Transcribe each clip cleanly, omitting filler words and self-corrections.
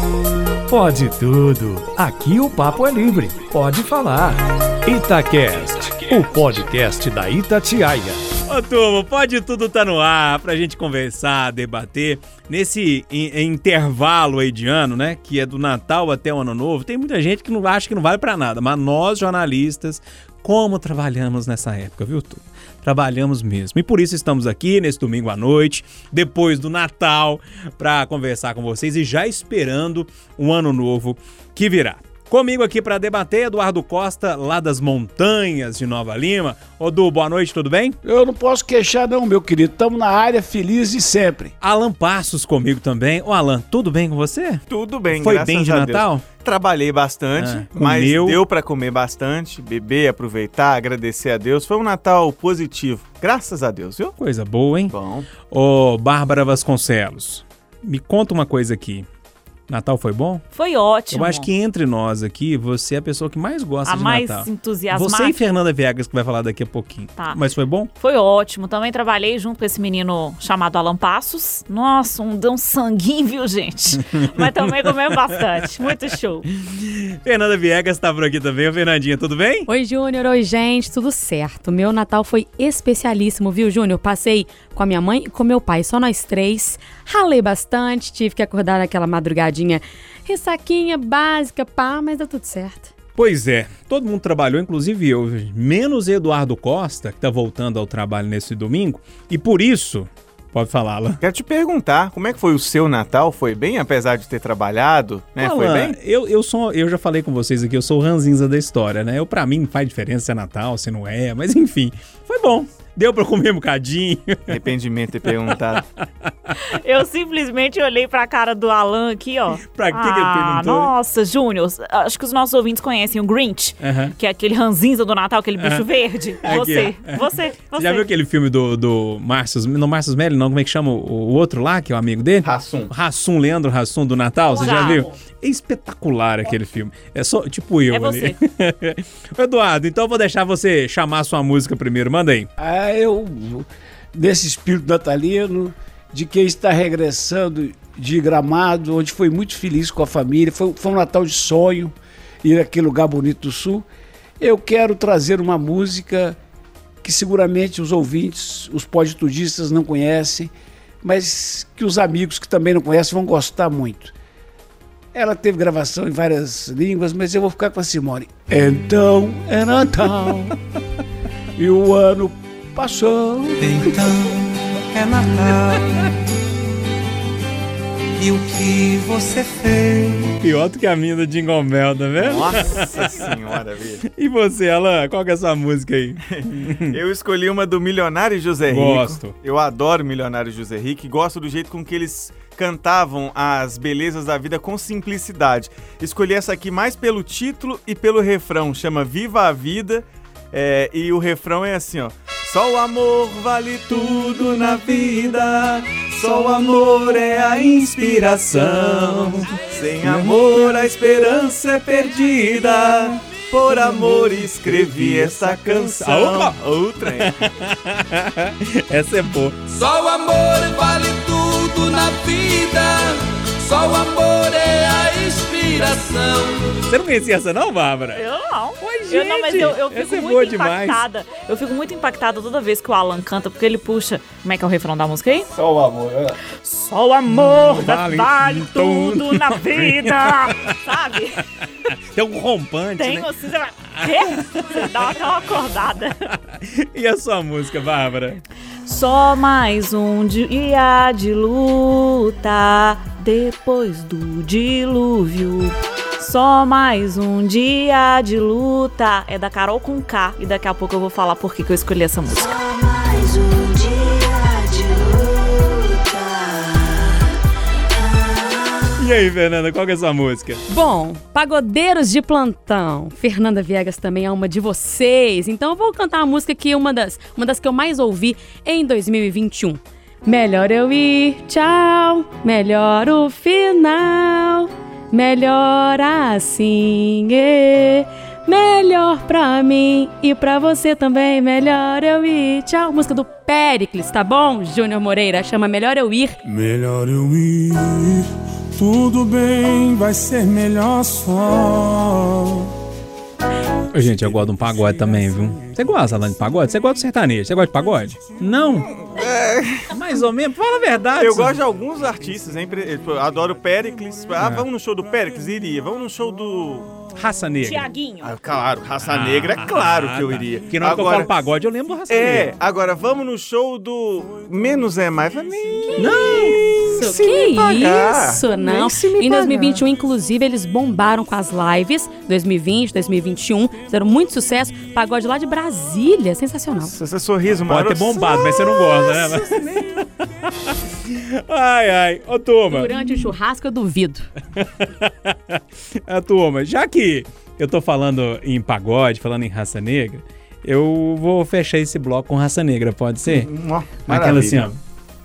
Pode tudo. Aqui o papo é livre. Pode falar. Itacast, o podcast da Itatiaia. Ô turma, Pode Tudo tá no ar pra gente conversar, debater. Nesse intervalo aí de ano, né, que é do Natal até o Ano Novo, tem muita gente que não acha que não vale pra nada, mas nós jornalistas, como trabalhamos nessa época, viu, turma? Trabalhamos mesmo. E por isso estamos aqui nesse domingo à noite, depois do Natal, para conversar com vocês e já esperando um ano novo que virá. Comigo aqui para debater, Eduardo Costa, lá das montanhas de Nova Lima. Ô Du, boa noite, tudo bem? Eu não posso queixar não, meu querido. Estamos na área, feliz e sempre. Alan Passos comigo também. Ô Alan, tudo bem com você? Tudo bem, Foi graças bem de a Natal? Deus. Trabalhei bastante, mas deu pra comer bastante, beber, aproveitar, agradecer a Deus. Foi um Natal positivo, graças a Deus, viu? Coisa boa, hein? Bom. Ô Bárbara Vasconcelos, me conta uma coisa aqui. Natal foi bom? Foi ótimo. Eu acho que entre nós aqui, você é a pessoa que mais gosta de Natal. A mais entusiasmada. Você e Fernanda Viegas, que vai falar daqui a pouquinho. Tá. Mas foi bom? Foi ótimo. Também trabalhei junto com esse menino chamado Alan Passos. Nossa, deu um sanguinho, viu, gente? Mas também comemos bastante. Muito show. Fernanda Viegas tá por aqui também. Ô, Fernandinha, tudo bem? Oi, Júnior. Oi, gente. Tudo certo. Meu Natal foi especialíssimo, viu, Júnior? Passei com a minha mãe e com meu pai, só nós três. Ralei bastante, tive que acordar naquela madrugadinha ressaquinha básica, pá, mas deu tudo certo. Pois é, todo mundo trabalhou, inclusive eu, menos Eduardo Costa, que tá voltando ao trabalho nesse domingo, e por isso... Pode falar, Alan. Quero te perguntar, como é que foi o seu Natal? Foi bem, apesar de ter trabalhado, né? Alan, foi bem? Eu já falei com vocês aqui, eu sou o ranzinza da história, né? Pra mim não faz diferença se é Natal, se não é, mas enfim, foi bom. Deu pra comer um bocadinho. Arrependimento de ter perguntado. Eu simplesmente olhei pra cara do Alan aqui, ó. Pra que ele perguntou? Nossa, Júnior, acho que os nossos ouvintes conhecem o Grinch, que é aquele ranzinza do Natal, aquele bicho verde. Você. Já viu aquele filme do Márcio, não Márcio Melli, não, como é que chama o outro lá, que é o amigo dele? Hassum. Leandro Hassum do Natal, você já viu? É espetacular aquele filme. É só, tipo eu ali. Você. Eduardo, então eu vou deixar você chamar a sua música primeiro, manda aí. Eu, nesse espírito natalino, de quem está regressando de Gramado, onde foi muito feliz com a família, foi um Natal de sonho, ir àquele lugar bonito do Sul, eu quero trazer uma música que seguramente os ouvintes, os podtudistas não conhecem, mas que os amigos que também não conhecem vão gostar muito. Ela teve gravação em várias línguas, mas eu vou ficar com a Simone. Então é Natal e o ano passou. Então é Natal e o que você fez? Pior do que a minha do Jingle Bell, tá vendo? Nossa senhora, bicho. E você, Alan, qual que é a sua música aí? Eu escolhi uma do Milionário José Rico. Gosto. Eu adoro Milionário José Rico e gosto do jeito com que eles cantavam as belezas da vida com simplicidade. Escolhi essa aqui mais pelo título e pelo refrão, chama Viva a Vida, e o refrão é assim, ó. Só o amor vale tudo na vida, só o amor é a inspiração. Sem amor a esperança é perdida, por amor escrevi essa canção. Opa! Outra, hein? Essa é boa. Só o amor vale tudo na vida, só o amor é a inspiração. Você não conhecia essa não, Bárbara? Eu não. Oi, gente, eu não, mas eu fico essa é boa muito demais. impactada. Eu fico muito impactada toda vez que o Alan canta, porque ele puxa... Como é que é o refrão da música aí? Só o amor. Só o amor vale tudo na vida. Sabe? Tem um rompante, Tem né? você vai... Quê? Você dá aquela acordada. E a sua música, Bárbara? Só mais um dia de luta depois do dilúvio. Só mais um dia de luta. É da Carol com K. E daqui a pouco eu vou falar por que eu escolhi essa música. Só mais um dia de luta. E aí, Fernanda, qual que é a sua música? Bom, pagodeiros de plantão. Fernanda Viegas também é uma de vocês. Então eu vou cantar uma música que uma das que eu mais ouvi em 2021. Melhor eu ir, tchau. Melhor o final. Melhor assim, melhor pra mim e pra você também. Melhor eu ir, tchau. Música do Péricles, tá bom? Júnior Moreira chama Melhor eu ir. Melhor eu ir, tudo bem, vai ser melhor só. Ô, gente, eu gosto de um pagode também, viu? Você gosta, Alan, de pagode? Você gosta do sertanejo? Você gosta de pagode? Não? Mais ou menos, fala a verdade. Eu gosto de alguns artistas, hein? Eu adoro o Péricles. Vamos no show do Péricles? Iria. Vamos no show do... Raça Negra. Tiaguinho. Claro, Raça Negra, é claro que eu iria. Porque na hora que eu falo pagode, eu lembro do Raça Negra. Agora vamos no show do Menos é Mais. Não! Que isso? Não. Em 2021, inclusive, eles bombaram com as lives. 2020, 2021. Fizeram muito sucesso. Pagode lá de Brasília. Sensacional. Esse sorriso pode ter bombado, mas você não gosta, né? Ai. Ô, turma. Durante o churrasco, eu duvido. Turma, já que eu tô falando em pagode, falando em Raça Negra, eu vou fechar esse bloco com Raça Negra, pode ser? Aquela assim, ó.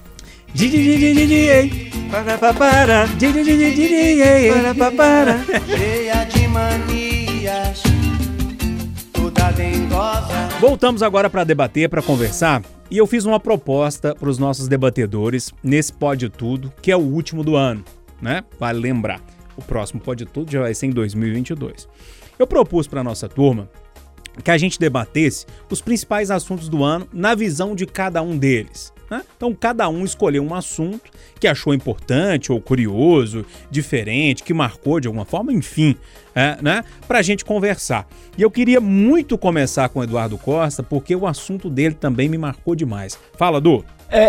Cheia de manias, toda dengosa. Voltamos agora para debater, para conversar, e eu fiz uma proposta para os nossos debatedores nesse Pode Tudo, que é o último do ano, né? Vale lembrar, o próximo Pode Tudo já vai ser em 2022. Eu propus para nossa turma que a gente debatesse os principais assuntos do ano na visão de cada um deles, né? Então, cada um escolheu um assunto que achou importante ou curioso, diferente, que marcou de alguma forma, enfim, né? Pra gente conversar. E eu queria muito começar com o Eduardo Costa, porque o assunto dele também me marcou demais. Fala, Du.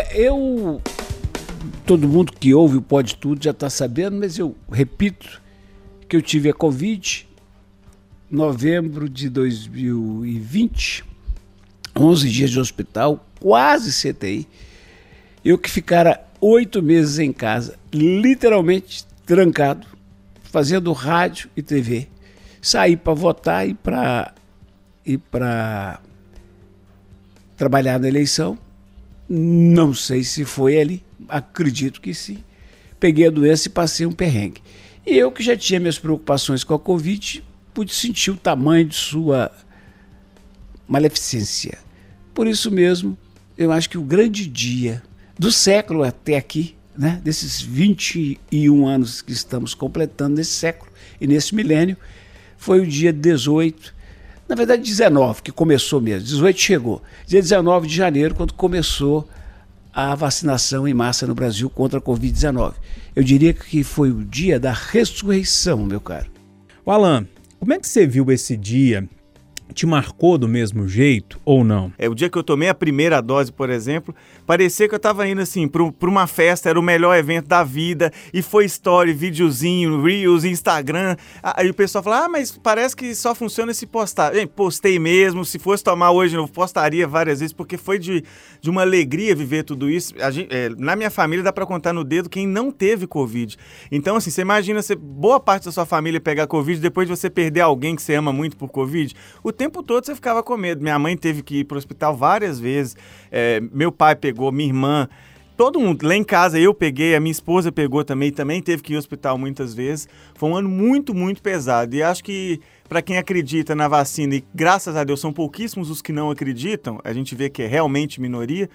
Todo mundo que ouve o Pode Tudo já está sabendo, mas eu repito que eu tive a Covid em novembro de 2020, 11 dias de hospital, quase CTI. Eu que ficara 8 meses em casa, literalmente trancado, fazendo rádio e TV. Saí para votar e para trabalhar na eleição. Não sei se foi ali, acredito que sim. Peguei a doença e passei um perrengue. E eu que já tinha minhas preocupações com a Covid, pude sentir o tamanho de sua maleficência. Por isso mesmo, eu acho que o grande dia do século até aqui, né, desses 21 anos que estamos completando nesse século e nesse milênio, foi o dia 18, na verdade 19, que começou mesmo, 18 chegou, dia 19 de janeiro, quando começou a vacinação em massa no Brasil contra a Covid-19. Eu diria que foi o dia da ressurreição, meu caro. O Alan, como é que você viu esse dia? Te marcou do mesmo jeito ou não? O dia que eu tomei a primeira dose, por exemplo, parecia que eu estava indo assim para uma festa, era o melhor evento da vida, e foi story, videozinho, reels, Instagram. Aí o pessoal fala, mas parece que só funciona se postar. Postei mesmo, se fosse tomar hoje eu postaria várias vezes, porque foi de uma alegria viver tudo isso. Na minha família dá para contar no dedo quem não teve Covid. Então assim, você imagina boa parte da sua família pegar Covid, depois de você perder alguém que você ama muito por Covid, o tempo todo você ficava com medo. Minha mãe teve que ir para o hospital várias vezes, meu pai pegou, minha irmã, todo mundo. Lá em casa eu peguei, a minha esposa pegou também teve que ir ao hospital muitas vezes. Foi um ano muito, muito pesado. E acho que para quem acredita na vacina, e graças a Deus são pouquíssimos os que não acreditam, a gente vê que é realmente minoria,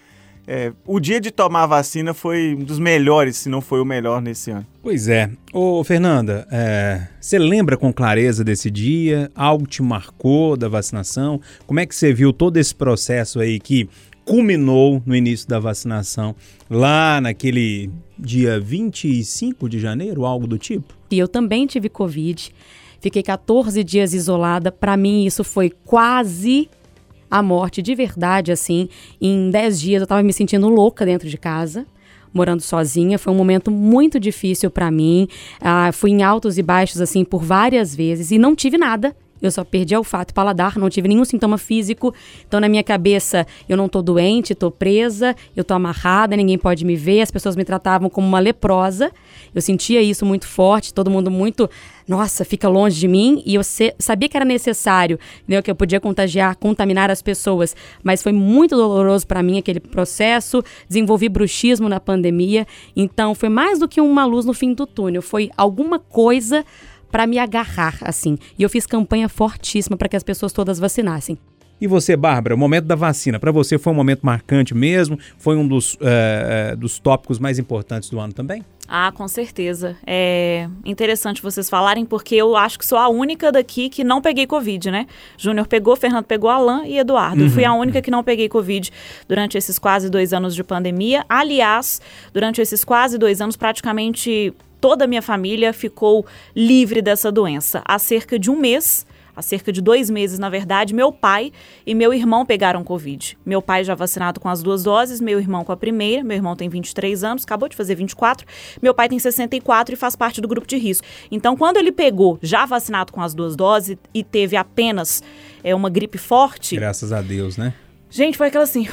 o dia de tomar a vacina foi um dos melhores, se não foi o melhor nesse ano. Pois é. Ô, Fernanda, você lembra com clareza desse dia? Algo te marcou da vacinação? Como é que você viu todo esse processo aí que culminou no início da vacinação, lá naquele dia 25 de janeiro, algo do tipo? E eu também tive Covid, fiquei 14 dias isolada. Para mim isso foi quase a morte de verdade, assim. Em 10 dias eu tava me sentindo louca dentro de casa, morando sozinha. Foi um momento muito difícil para mim. Fui em altos e baixos, assim, por várias vezes e não tive nada. Eu só perdi olfato e paladar, não tive nenhum sintoma físico. Então, na minha cabeça, eu não tô doente, tô presa, eu tô amarrada, ninguém pode me ver. As pessoas me tratavam como uma leprosa. Eu sentia isso muito forte, todo mundo muito, nossa, fica longe de mim. E eu sabia que era necessário, entendeu? Que eu podia contaminar as pessoas. Mas foi muito doloroso para mim aquele processo. Desenvolvi bruxismo na pandemia. Então, foi mais do que uma luz no fim do túnel. Foi alguma coisa para me agarrar, assim. E eu fiz campanha fortíssima para que as pessoas todas vacinassem. E você, Bárbara, o momento da vacina, para você foi um momento marcante mesmo? Foi um dos tópicos mais importantes do ano também? Ah, com certeza. É interessante vocês falarem, porque eu acho que sou a única daqui que não peguei Covid, né? Júnior pegou, Fernando pegou, Alan e Eduardo. Eu fui a única que não peguei Covid durante esses quase 2 anos de pandemia. Aliás, durante esses quase 2 anos, praticamente toda a minha família ficou livre dessa doença. Há cerca de 1 mês... Há cerca de 2 meses, na verdade, meu pai e meu irmão pegaram Covid. Meu pai já vacinado com as 2 doses, meu irmão com a primeira. Meu irmão tem 23 anos, acabou de fazer 24. Meu pai tem 64 e faz parte do grupo de risco. Então, quando ele pegou, já vacinado com as 2 doses e teve apenas uma gripe forte... Graças a Deus, né? Gente, foi aquela assim...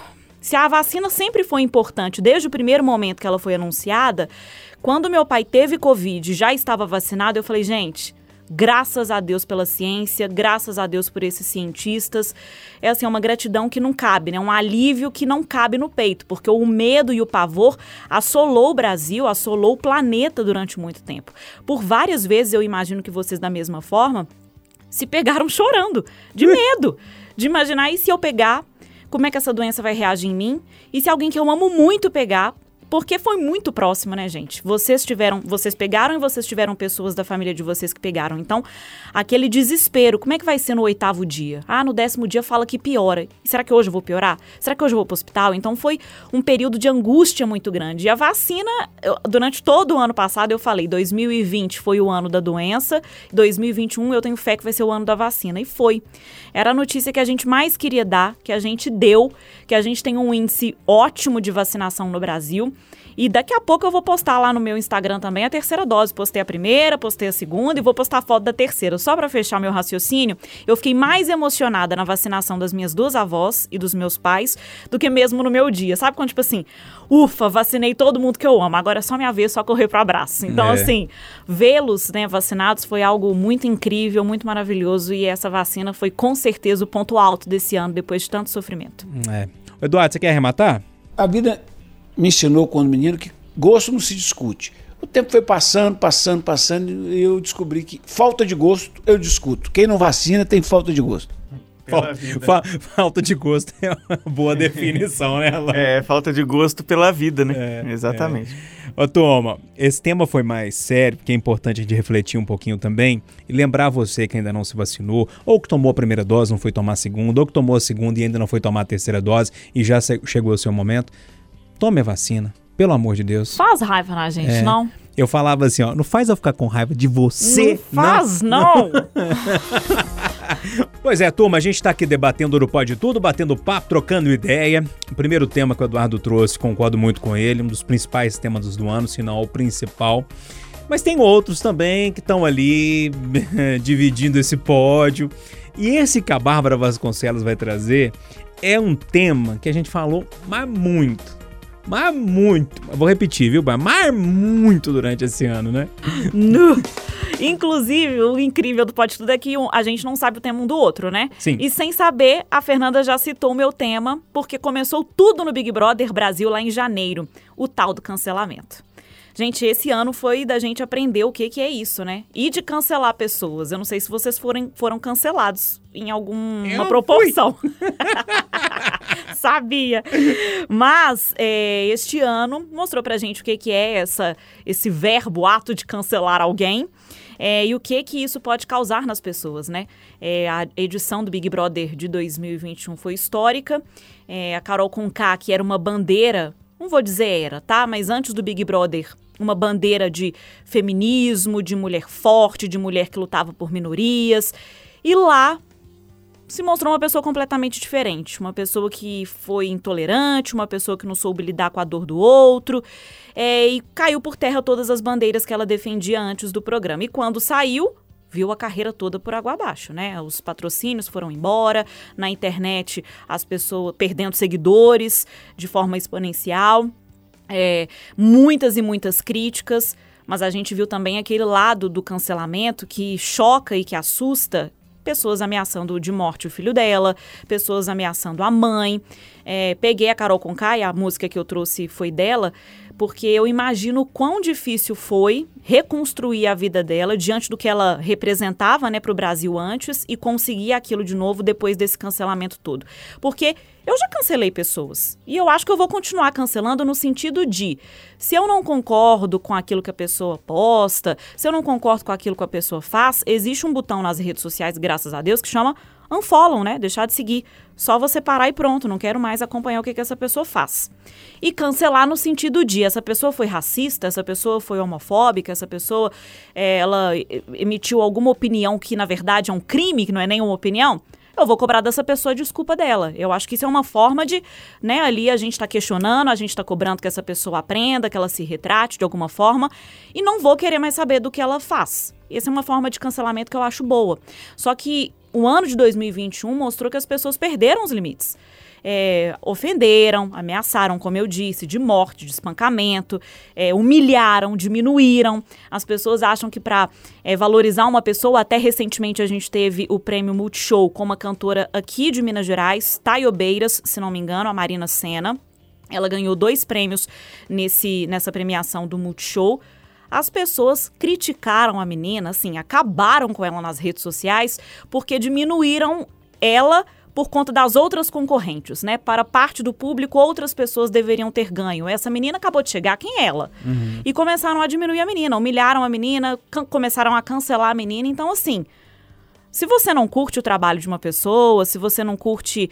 Se a vacina sempre foi importante, desde o primeiro momento que ela foi anunciada, quando meu pai teve Covid e já estava vacinado, eu falei, gente... Graças a Deus pela ciência, graças a Deus por esses cientistas. É assim, uma gratidão que não cabe, né? Um alívio que não cabe no peito, porque o medo e o pavor assolou o Brasil, assolou o planeta durante muito tempo. Por várias vezes, eu imagino que vocês da mesma forma, se pegaram chorando, de medo, de imaginar, e se eu pegar, como é que essa doença vai reagir em mim? E se alguém que eu amo muito pegar... Porque foi muito próximo, né, gente? Vocês pegaram e vocês tiveram pessoas da família de vocês que pegaram. Então, aquele desespero, como é que vai ser no 8º dia? Ah, no 10º dia fala que piora. E será que hoje eu vou piorar? Será que hoje eu vou pro hospital? Então, foi um período de angústia muito grande. E a vacina, durante todo o ano passado, eu falei, 2020 foi o ano da doença, 2021 eu tenho fé que vai ser o ano da vacina. E foi. Era a notícia que a gente mais queria dar, que a gente deu, que a gente tem um índice ótimo de vacinação no Brasil. E daqui a pouco eu vou postar lá no meu Instagram também a 3ª dose. Postei a primeira, postei a 2ª e vou postar a foto da 3ª. Só para fechar meu raciocínio, eu fiquei mais emocionada na vacinação das minhas 2 avós e dos meus pais do que mesmo no meu dia. Sabe quando, tipo assim, ufa, vacinei todo mundo que eu amo, agora é só minha vez, só correr pro abraço. Então, assim, vê-los, né, vacinados foi algo muito incrível, muito maravilhoso, e essa vacina foi com certeza o ponto alto desse ano, depois de tanto sofrimento. Eduardo, você quer arrematar? A vida me ensinou quando menino que gosto não se discute. O tempo foi passando e eu descobri que falta de gosto eu discuto. Quem não vacina tem falta de gosto. Falta de gosto é uma boa definição, né, Alan? Falta de gosto pela vida, né? Exatamente. Ô, Toma, esse tema foi mais sério, porque é importante a gente refletir um pouquinho também e lembrar você que ainda não se vacinou, ou que tomou a primeira dose, não foi tomar a segunda, ou que tomou a segunda e ainda não foi tomar a 3ª dose e já chegou o seu momento. Tome a vacina, pelo amor de Deus. Faz raiva na gente, não? Eu falava assim, ó, não faz eu ficar com raiva de você. Não faz, não. Pois é, turma, a gente tá aqui debatendo no Pode Tudo, batendo papo, trocando ideia. O primeiro tema que o Eduardo trouxe, concordo muito com ele, um dos principais temas do ano, se não o principal. Mas tem outros também que estão ali dividindo esse pódio. E esse que a Bárbara Vasconcelos vai trazer é um tema que a gente falou mas muito, vou repetir, viu, mas muito durante esse ano, né? Inclusive, o incrível do Pode Tudo é que a gente não sabe o tema um do outro, né? Sim. E sem saber, a Fernanda já citou o meu tema, porque começou tudo no Big Brother Brasil lá em janeiro, o tal do cancelamento. Gente, esse ano foi da gente aprender o que é isso, né? E de cancelar pessoas. Eu não sei se vocês foram cancelados em alguma proporção. Sabia. Mas este ano mostrou pra gente o que é esse verbo, ato de cancelar alguém. E o que isso pode causar nas pessoas, né? A edição do Big Brother de 2021 foi histórica. A Carol Conká, que era uma bandeira, não vou dizer era, tá? Mas antes do Big Brother, uma bandeira de feminismo, de mulher forte, de mulher que lutava por minorias. E lá se mostrou uma pessoa completamente diferente. Uma pessoa que foi intolerante, uma pessoa que não soube lidar com a dor do outro. E caiu por terra todas as bandeiras que ela defendia antes do programa. E quando saiu, viu a carreira toda por água abaixo, né? Os patrocínios foram embora, na internet as pessoas perdendo seguidores de forma exponencial. Muitas e muitas críticas, mas a gente viu também aquele lado do cancelamento que choca e que assusta. Pessoas ameaçando de morte o filho dela, pessoas ameaçando a mãe. Peguei a Carol Conká, e a música que eu trouxe foi dela, porque eu imagino o quão difícil foi reconstruir a vida dela diante do que ela representava, né, para o Brasil antes e conseguir aquilo de novo depois desse cancelamento todo. Porque eu já cancelei pessoas e eu acho que eu vou continuar cancelando no sentido de, se eu não concordo com aquilo que a pessoa posta, se eu não concordo com aquilo que a pessoa faz, existe um botão nas redes sociais, graças a Deus, que chama unfollow, né? Deixar de seguir. Só você parar e pronto, não quero mais acompanhar o que essa pessoa faz. E cancelar no sentido de, essa pessoa foi racista, essa pessoa foi homofóbica, essa pessoa, ela emitiu alguma opinião que na verdade é um crime, que não é nem uma opinião, eu vou cobrar dessa pessoa a desculpa dela. Eu acho que isso é uma forma de, né, ali a gente tá questionando, a gente tá cobrando que essa pessoa aprenda, que ela se retrate de alguma forma, e não vou querer mais saber do que ela faz. Essa é uma forma de cancelamento que eu acho boa. Só que o ano de 2021 mostrou que as pessoas perderam os limites. Ofenderam, ameaçaram, como eu disse, de morte, de espancamento, humilharam, diminuíram. As pessoas acham que para valorizar uma pessoa, até recentemente a gente teve o prêmio Multishow com uma cantora aqui de Minas Gerais, Taiobeiras, se não me engano, a Marina Sena. Ela ganhou 2 prêmios nessa premiação do Multishow. As pessoas criticaram a menina, assim, acabaram com ela nas redes sociais porque diminuíram ela por conta das outras concorrentes, né? Para parte do público, outras pessoas deveriam ter ganho. Essa menina acabou de chegar, quem é ela? Uhum. E começaram a diminuir a menina, humilharam a menina, começaram a cancelar a menina. Então, assim, se você não curte o trabalho de uma pessoa, se você não curte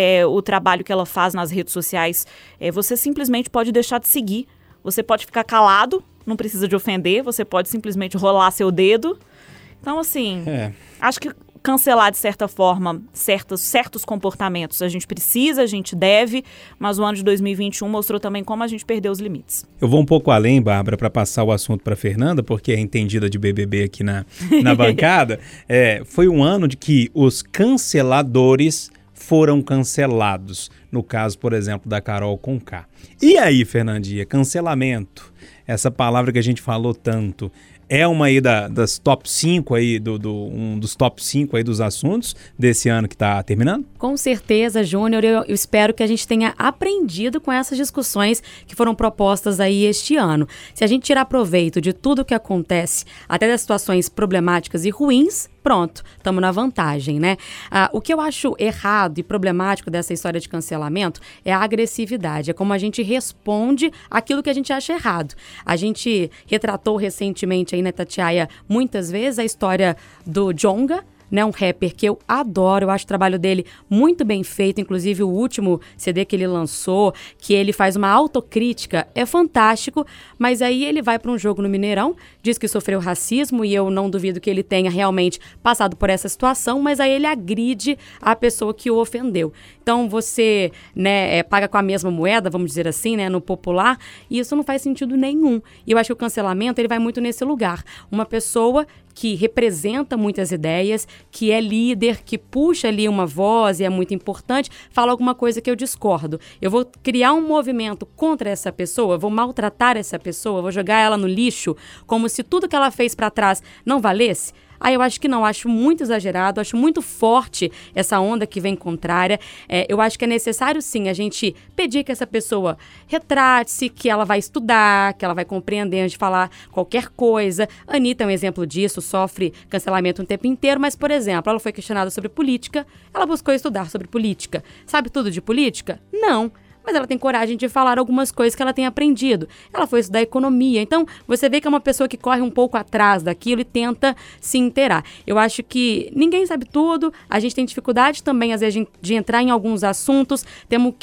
o trabalho que ela faz nas redes sociais, você simplesmente pode deixar de seguir. Você pode ficar calado, não precisa de ofender, você pode simplesmente rolar seu dedo. Então, assim, acho que cancelar, de certa forma, certos comportamentos a gente precisa, a gente deve, mas o ano de 2021 mostrou também como a gente perdeu os limites. Eu vou um pouco além, Bárbara, para passar o assunto para Fernanda, porque é entendida de BBB aqui na bancada. Foi um ano de que os canceladores foram cancelados. No caso, por exemplo, da Carol Conká. E aí, Fernandinha, cancelamento, essa palavra que a gente falou tanto, é uma aí das top 5 aí, um dos top 5 aí dos assuntos desse ano que está terminando? Com certeza, Júnior, eu espero que a gente tenha aprendido com essas discussões que foram propostas aí este ano. Se a gente tirar proveito de tudo o que acontece, até das situações problemáticas e ruins, pronto, estamos na vantagem, né? O que eu acho errado e problemático dessa história de cancelamento é a agressividade, é como a gente responde aquilo que a gente acha errado. A gente retratou recentemente aí na Itatiaia muitas vezes a história do Djonga, né, um rapper que eu adoro, eu acho o trabalho dele muito bem feito, inclusive o último CD que ele lançou, que ele faz uma autocrítica, é fantástico, mas aí ele vai para um jogo no Mineirão, diz que sofreu racismo e eu não duvido que ele tenha realmente passado por essa situação, mas aí ele agride a pessoa que o ofendeu. Então você, né, paga com a mesma moeda, vamos dizer assim, né, no popular, e isso não faz sentido nenhum. E eu acho que o cancelamento ele vai muito nesse lugar. Uma pessoa que representa muitas ideias, que é líder, que puxa ali uma voz e é muito importante, fala alguma coisa que eu discordo. Eu vou criar um movimento contra essa pessoa, vou maltratar essa pessoa, vou jogar ela no lixo, como se tudo que ela fez para trás não valesse. Eu acho que não, acho muito exagerado, acho muito forte essa onda que vem contrária. Eu acho que é necessário, sim, a gente pedir que essa pessoa retrate-se, que ela vai estudar, que ela vai compreender antes de falar qualquer coisa. A Anitta é um exemplo disso, sofre cancelamento o tempo inteiro, mas, por exemplo, ela foi questionada sobre política, ela buscou estudar sobre política. Sabe tudo de política? Não. Mas ela tem coragem de falar algumas coisas que ela tem aprendido. Ela foi estudar economia. Então, você vê que é uma pessoa que corre um pouco atrás daquilo e tenta se inteirar. Eu acho que ninguém sabe tudo. A gente tem dificuldade também, às vezes, de entrar em alguns assuntos. Temos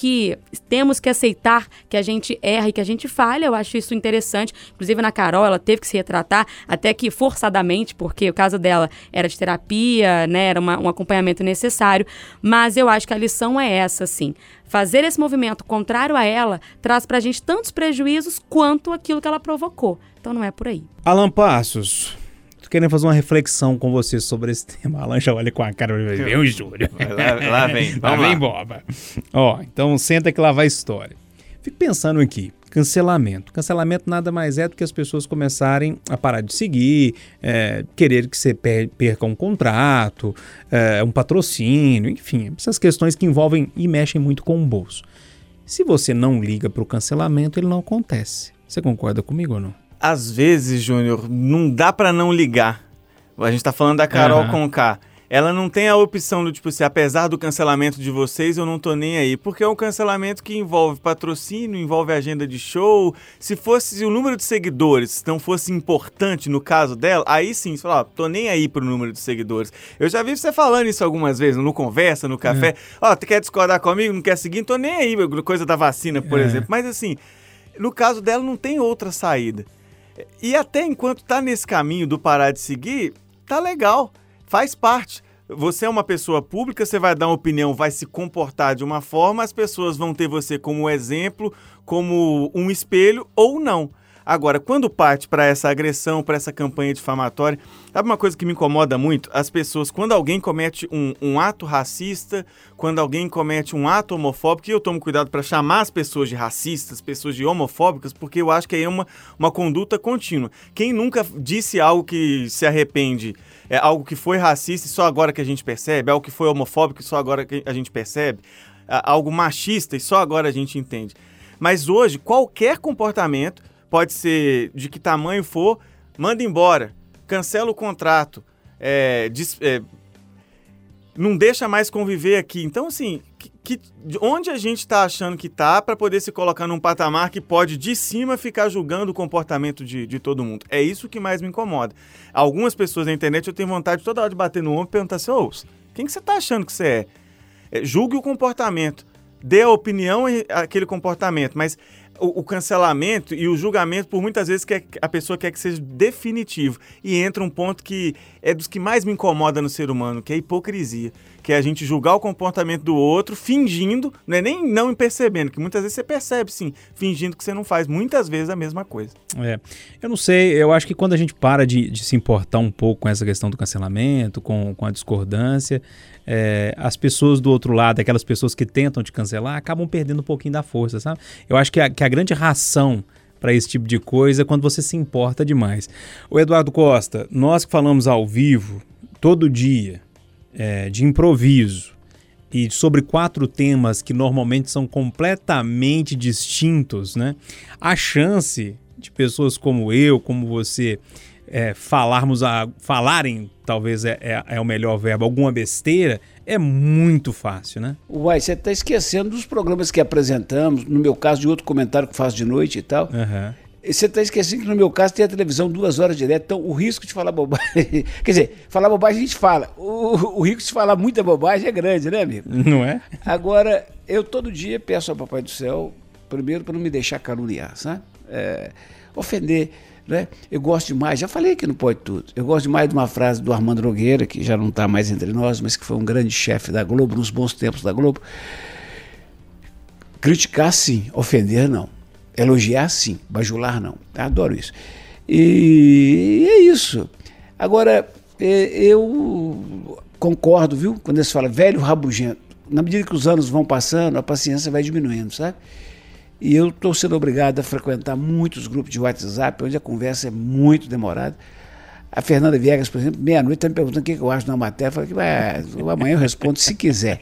que aceitar que a gente erra e que a gente falha. Eu acho isso interessante. Inclusive, na Carol, ela teve que se retratar, até que forçadamente, porque o caso dela era de terapia, né? Era um acompanhamento necessário. Mas eu acho que a lição é essa, sim. Fazer esse movimento contrário a ela traz pra gente tantos prejuízos quanto aquilo que ela provocou. Então não é por aí. Alan Passos, tô querendo fazer uma reflexão com você sobre esse tema. Alan já olha com a cara, vem o Júlio. Lá vem, lá vem boba. Então senta que lá vai a história. Fico pensando aqui, cancelamento. Cancelamento nada mais é do que as pessoas começarem a parar de seguir, querer que você perca um contrato, um patrocínio, enfim, essas questões que envolvem e mexem muito com o bolso. Se você não liga para o cancelamento, ele não acontece. Você concorda comigo ou não? Às vezes, Júnior, não dá pra não ligar. A gente tá falando da Carol Conká. Ela não tem a opção do tipo assim, apesar do cancelamento de vocês, eu não tô nem aí. Porque é um cancelamento que envolve patrocínio, envolve agenda de show. Se o número de seguidores não fosse importante no caso dela, aí sim, você fala, ó, tô nem aí pro número de seguidores. Eu já vi você falando isso algumas vezes, no Conversa, no Café. Ó, tu quer discordar comigo, não quer seguir? Não tô nem aí, coisa da vacina, por exemplo. Mas assim, no caso dela não tem outra saída. E até enquanto tá nesse caminho do parar de seguir, tá legal. Faz parte. Você é uma pessoa pública, você vai dar uma opinião, vai se comportar de uma forma, as pessoas vão ter você como exemplo, como um espelho ou não. Agora, quando parte para essa agressão, para essa campanha difamatória, sabe uma coisa que me incomoda muito? As pessoas, quando alguém comete um ato racista, quando alguém comete um ato homofóbico, e eu tomo cuidado para chamar as pessoas de racistas, pessoas de homofóbicas, porque eu acho que aí é uma conduta contínua. Quem nunca disse algo que se arrepende, é algo que foi racista e só agora que a gente percebe, algo que foi homofóbico e só agora que a gente percebe, algo machista e só agora a gente entende. Mas hoje, qualquer comportamento, pode ser de que tamanho for, manda embora, cancela o contrato, não deixa mais conviver aqui. Então, assim, onde a gente está achando que está para poder se colocar num patamar que pode, de cima, ficar julgando o comportamento de todo mundo? É isso que mais me incomoda. Algumas pessoas na internet eu tenho vontade toda hora de bater no ombro e perguntar assim, quem que você está achando que você é? Julgue o comportamento, dê a opinião àquele comportamento, mas o cancelamento e o julgamento, por muitas vezes, a pessoa quer que seja definitivo. E entra um ponto que é dos que mais me incomoda no ser humano, que é a hipocrisia. Que é a gente julgar o comportamento do outro, fingindo, não é nem não percebendo, que muitas vezes você percebe, sim, fingindo que você não faz muitas vezes a mesma coisa. Eu não sei, eu acho que quando a gente para de se importar um pouco com essa questão do cancelamento, com a discordância, as pessoas do outro lado, aquelas pessoas que tentam te cancelar, acabam perdendo um pouquinho da força, sabe? Eu acho que a grande ração para esse tipo de coisa é quando você se importa demais. O Eduardo Costa, nós que falamos ao vivo, todo dia, de improviso, e sobre 4 temas que normalmente são completamente distintos, né? A chance de pessoas como eu, como você, falarem, talvez é o melhor verbo, alguma besteira, é muito fácil, né? Uai, você está esquecendo dos programas que apresentamos, no meu caso, de outro comentário que faço de noite e tal. Uhum. Você está esquecendo que no meu caso tem a televisão 2 horas direto, então o risco de falar bobagem... Quer dizer, falar bobagem a gente fala, o risco de falar muita bobagem é grande, né, amigo? Não é? Agora, eu todo dia peço ao Papai do Céu, primeiro, para não me deixar caluniar, sabe? Ofender, né? Eu gosto demais, já falei aqui no Pode Tudo, eu gosto demais de uma frase do Armando Nogueira, que já não está mais entre nós, mas que foi um grande chefe da Globo, nos bons tempos da Globo. Criticar sim, ofender não. Elogiar sim, bajular não. Adoro isso. E é isso. Agora, eu concordo, viu? Quando você fala velho rabugento, na medida que os anos vão passando, a paciência vai diminuindo, sabe? E eu estou sendo obrigado a frequentar muitos grupos de WhatsApp, onde a conversa é muito demorada. A Fernanda Viegas, por exemplo, meia-noite está me perguntando o que eu acho de uma matéria. Eu falei que amanhã eu respondo se quiser.